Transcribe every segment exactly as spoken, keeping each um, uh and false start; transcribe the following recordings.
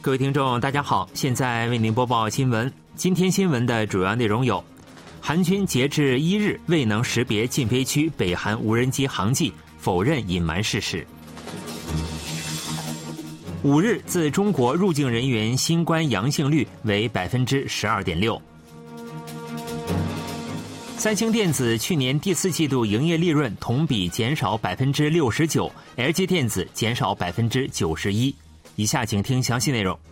各位听众大家好，现在为您播报新闻。今天新闻的主要内容有：韩军截至一日未能识别禁飞区北韩无人机航迹，否认隐瞒事实；五日自中国入境人员新冠阳性率为 百分之十二点六。 三星电子去年第四季度营业利润同比减少 百分之六十九， L G 电子减少 百分之九十一。 以下请听详细内容。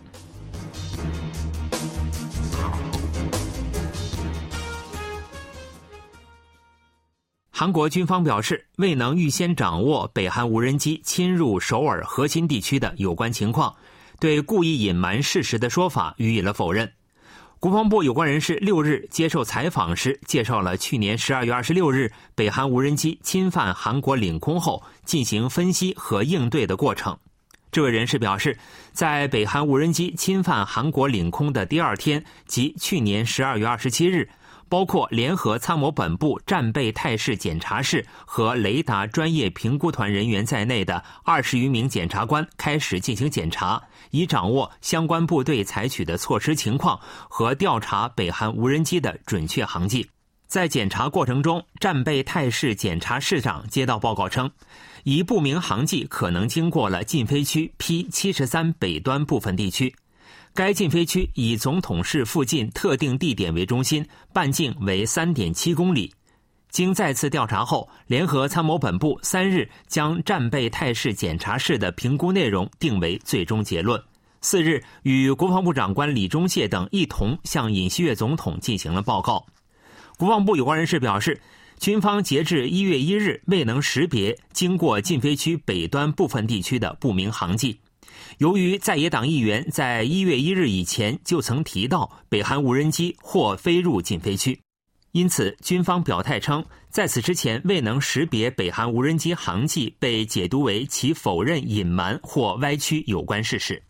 韩国军方表示，未能预先掌握北韩无人机侵入首尔核心地区的有关情况，对故意隐瞒事实的说法予以了否认。国防部有关人士六日接受采访时介绍了去年十二月二十六日北韩无人机侵犯韩国领空后进行分析和应对的过程。这位人士表示，在北韩无人机侵犯韩国领空的第二天，即去年十二月二十七日，包括联合参谋本部战备态势检查室和雷达专业评估团人员在内的二十余名检察官开始进行检查，以掌握相关部队采取的措施情况和调查北韩无人机的准确航迹。在检查过程中，战备态势检查室长接到报告称，一不明航迹可能经过了禁飞区 P 七十三 北端部分地区。该禁飞区以总统室附近特定地点为中心，半径为 三点七公里。经再次调查后，联合参谋本部三日将战备态势检查室的评估内容定为最终结论。四日，与国防部长官李钟燮等一同向尹锡悦总统进行了报告。国防部有关人士表示，军方截至一月一日未能识别经过禁飞区北端部分地区的不明航迹。由于在野党议员在一月一日以前就曾提到北韩无人机或飞入禁飞区，因此军方表态称，在此之前未能识别北韩无人机航迹被解读为其否认隐瞒或歪曲有关事实。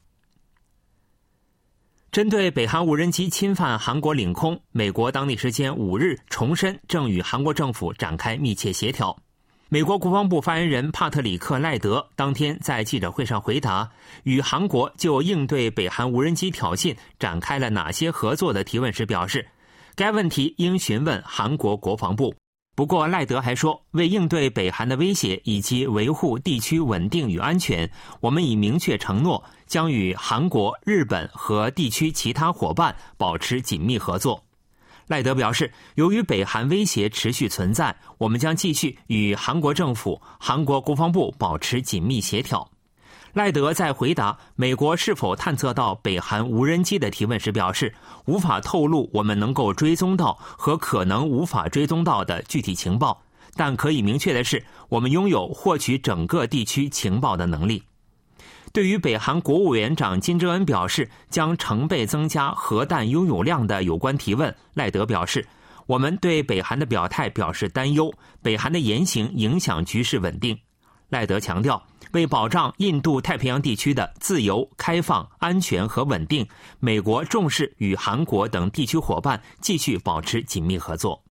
针对北韩无人机侵犯韩国领空，美国当地时间五日重申正与韩国政府展开密切协调。美国国防部发言人帕特里克·赖德当天在记者会上回答，与韩国就应对北韩无人机挑衅展开了哪些合作的提问时表示，该问题应询问韩国国防部。不过赖德还说，为应对北韩的威胁以及维护地区稳定与安全，我们已明确承诺将与韩国、日本和地区其他伙伴保持紧密合作。赖德表示，由于北韩威胁持续存在，我们将继续与韩国政府、韩国国防部保持紧密协调。赖德在回答美国是否探测到北韩无人机的提问时表示，无法透露我们能够追踪到和可能无法追踪到的具体情报，但可以明确的是，我们拥有获取整个地区情报的能力。对于北韩国务委员长金正恩表示将成倍增加核弹拥有量的有关提问，赖德表示，我们对北韩的表态表示担忧，北韩的言行影响局势稳定。赖德强调，为保障印度太平洋地区的自由、开放、安全和稳定，美国重视与韩国等地区伙伴继续保持紧密合作。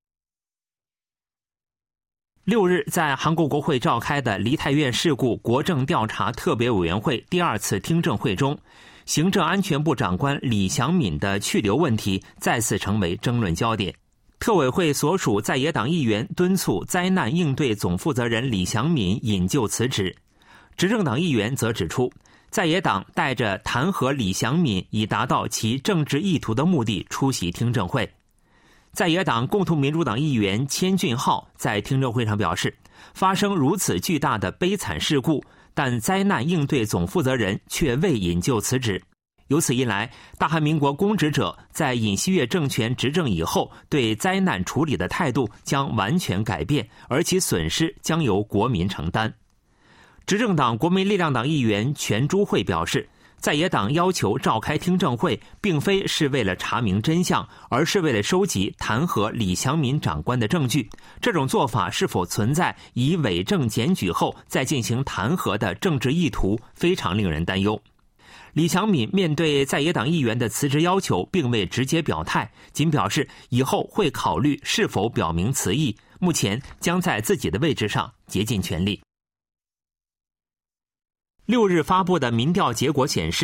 六日，在韩国国会召开的梨泰院事故国政调查特别委员会第二次听证会中，行政安全部长官李祥敏的去留问题再次成为争论焦点。特委会所属在野党议员敦促灾难应对总负责人李祥敏引咎辞职。执政党议员则指出，在野党带着弹劾李祥敏以达到其政治意图的目的出席听证会。在野党共同民主党议员千俊浩在听证会上表示，发生如此巨大的悲惨事故，但灾难应对总负责人却未引咎辞职。由此一来，大韩民国公职者在尹锡悦政权执政以后对灾难处理的态度将完全改变，而其损失将由国民承担。执政党国民力量党议员全珠慧表示，在野党要求召开听证会并非是为了查明真相，而是为了收集弹劾李祥敏长官的证据。这种做法是否存在以伪证检举后再进行弹劾的政治意图，非常令人担忧。李祥敏面对在野党议员的辞职要求并未直接表态，仅表示以后会考虑是否表明辞意，目前将在自己的位置上竭尽全力。六日发布的民调结果显示，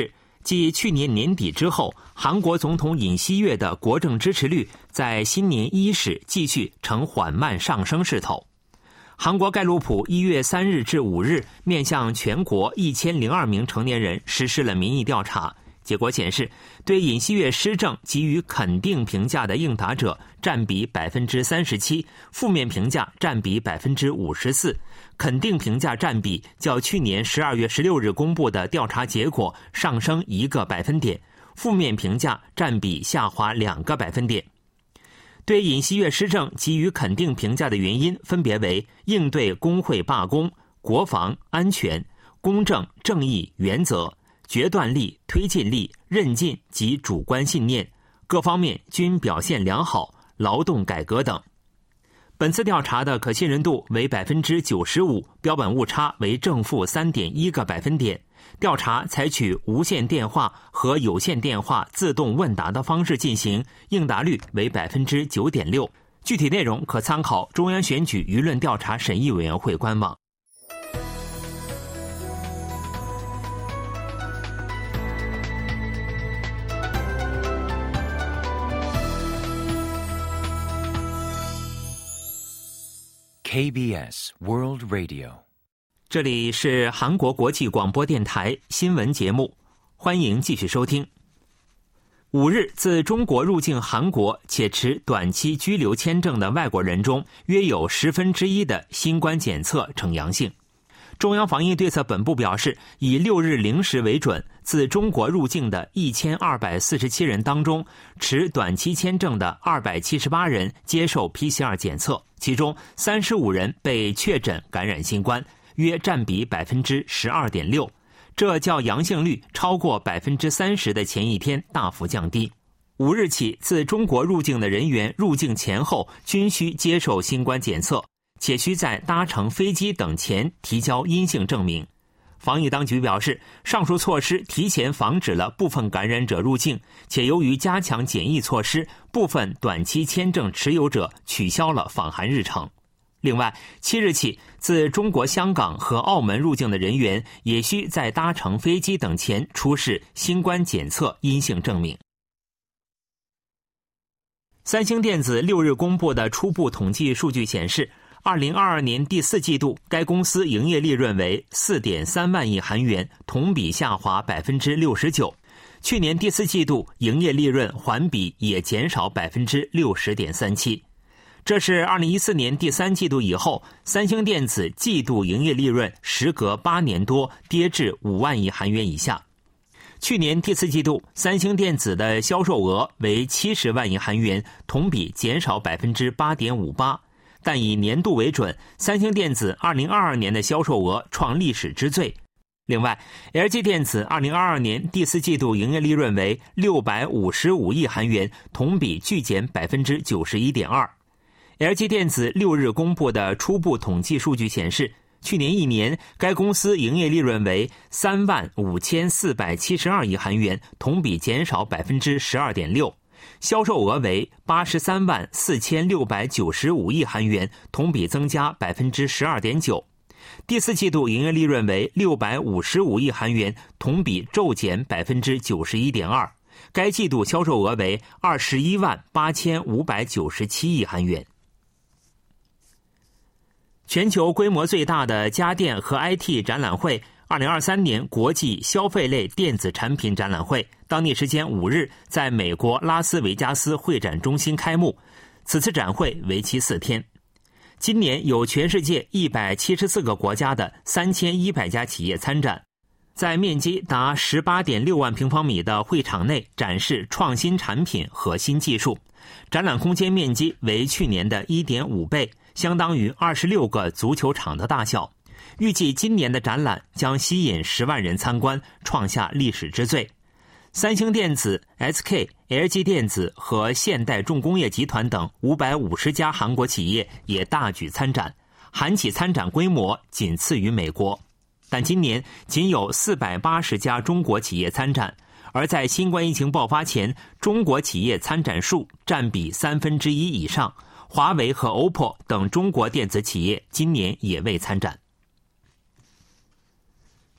继去年年底之后，韩国总统尹锡悦的国政支持率在新年伊始继续呈缓慢上升势头。韩国盖洛普一月三日至五日面向全国一千零二名成年人实施了民意调查，结果显示，对尹锡悦施政给予肯定评价的应答者占比 百分之三十七， 负面评价占比 百分之五十四， 肯定评价占比较去年十二月十六日公布的调查结果上升一个百分点，负面评价占比下滑两个百分点。对尹锡悦施政给予肯定评价的原因分别为应对工会罢工、国防安全、公正正义原则、决断力、推进力、韧劲及主观信念，各方面均表现良好，劳动改革等。本次调查的可信任度为 百分之九十五， 标本误差为正负 三点一 个百分点。调查采取无线电话和有线电话自动问答的方式进行，应答率为 百分之九点六。 具体内容可参考中央选举舆论调查审议委员会官网。 K B S World Radio， 这里是韩国国际广播电台新闻节目，欢迎继续收听。五日，自中国入境韩国且持短期居留签证的外国人中，约有十分之一的新冠检测呈阳性。中央防疫对策本部表示，以六日零时为准，自中国入境的一千二百四十七人当中，持短期签证的二百七十八人接受 P C R 检测，其中三十五人被确诊感染新冠，约占比 百分之十二点六， 这较阳性率超过 百分之三十 的前一天大幅降低。五日起，自中国入境的人员入境前后均需接受新冠检测，且需在搭乘飞机等前提交阴性证明。防疫当局表示，上述措施提前防止了部分感染者入境，且由于加强检疫措施，部分短期签证持有者取消了访韩日程。另外，七日起，自中国香港和澳门入境的人员也需在搭乘飞机等前出示新冠检测阴性证明。三星电子六日公布的初步统计数据显示，二零二二年第四季度该公司营业利润为 四点三万亿韩元，同比下滑 百分之六十九。 去年第四季度营业利润环比也减少 百分之六十点三七。 这是二零一四年第三季度以后，三星电子季度营业利润时隔八年多跌至五万亿韩元以下。去年第四季度，三星电子的销售额为七十万亿韩元，同比减少 百分之八点五八。 但以年度为准，三星电子二零二二年的销售额创历史之最。另外 L G 电子二零二二年第四季度营业利润为六百五十五亿韩元，同比巨减 百分之九十一点二。 L G 电子六日公布的初步统计数据显示，去年一年该公司营业利润为三万五千四百七十二亿韩元，同比减少 百分之十二点六。 销售额为八十三万四千六百九十五亿韩元，同比增加 百分之十二点九。 第四季度营业利润为六百五十五亿韩元，同比骤减 百分之九十一点二。 该季度销售额为二十一万八千五百九十七亿韩元。全球规模最大的家电和 I T 展览会二零二三年国际消费类电子产品展览会，当地时间五日在美国拉斯维加斯会展中心开幕。此次展会为期四天。今年有全世界一百七十四个国家的三千一百家企业参展，在面积达 十八点六万平方米的会场内展示创新产品和新技术。展览空间面积为去年的 一点五倍，相当于二十六个足球场的大小。预计今年的展览将吸引十万人参观，创下历史之最。三星电子、S K、L G 电子和现代重工业集团等五百五十家韩国企业也大举参展，韩企参展规模仅次于美国。但今年仅有四百八十家中国企业参展，而在新冠疫情爆发前，中国企业参展数占比三分之一以上。华为和 O P P O 等中国电子企业今年也未参展。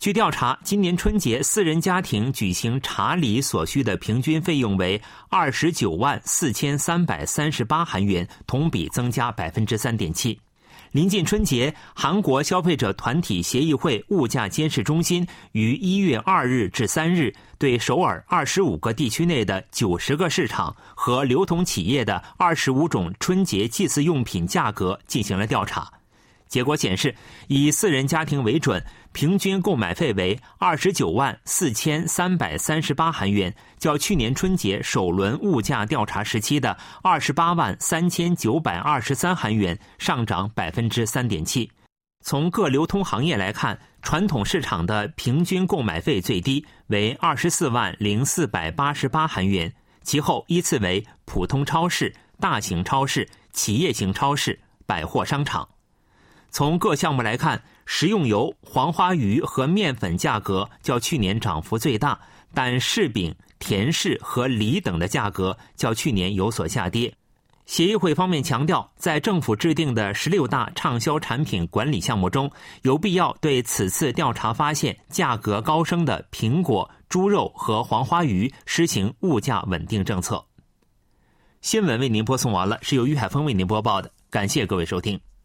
据调查，今年春节私人家庭举行茶礼所需的平均费用为二十九万四千三百三十八韩元，同比增加 百分之三点七。临近春节，韩国消费者团体协议会物价监视中心于一月二日至三日对首尔二十五个地区内的九十个市场和流通企业的二十五种春节祭祀用品价格进行了调查。结果显示，以私人家庭为准，平均购买费为二十九万四千三百三十八韩元，较去年春节首轮物价调查时期的二十八万三千九百二十三韩元上涨 百分之三点七。从各流通行业来看，传统市场的平均购买费最低为二十四万零四百八十八韩元，其后依次为普通超市、大型超市、企业型超市、百货商场。从各项目来看，食用油、黄花鱼和面粉价格较去年涨幅最大，但柿饼、甜柿和梨等的价格较去年有所下跌。协议会方面强调，在政府制定的十六大畅销产品管理项目中，有必要对此次调查发现价格高升的苹果、猪肉和黄花鱼实行物价稳定政策。新闻为您播送完了，是由于海峰为您播报的，感谢各位收听。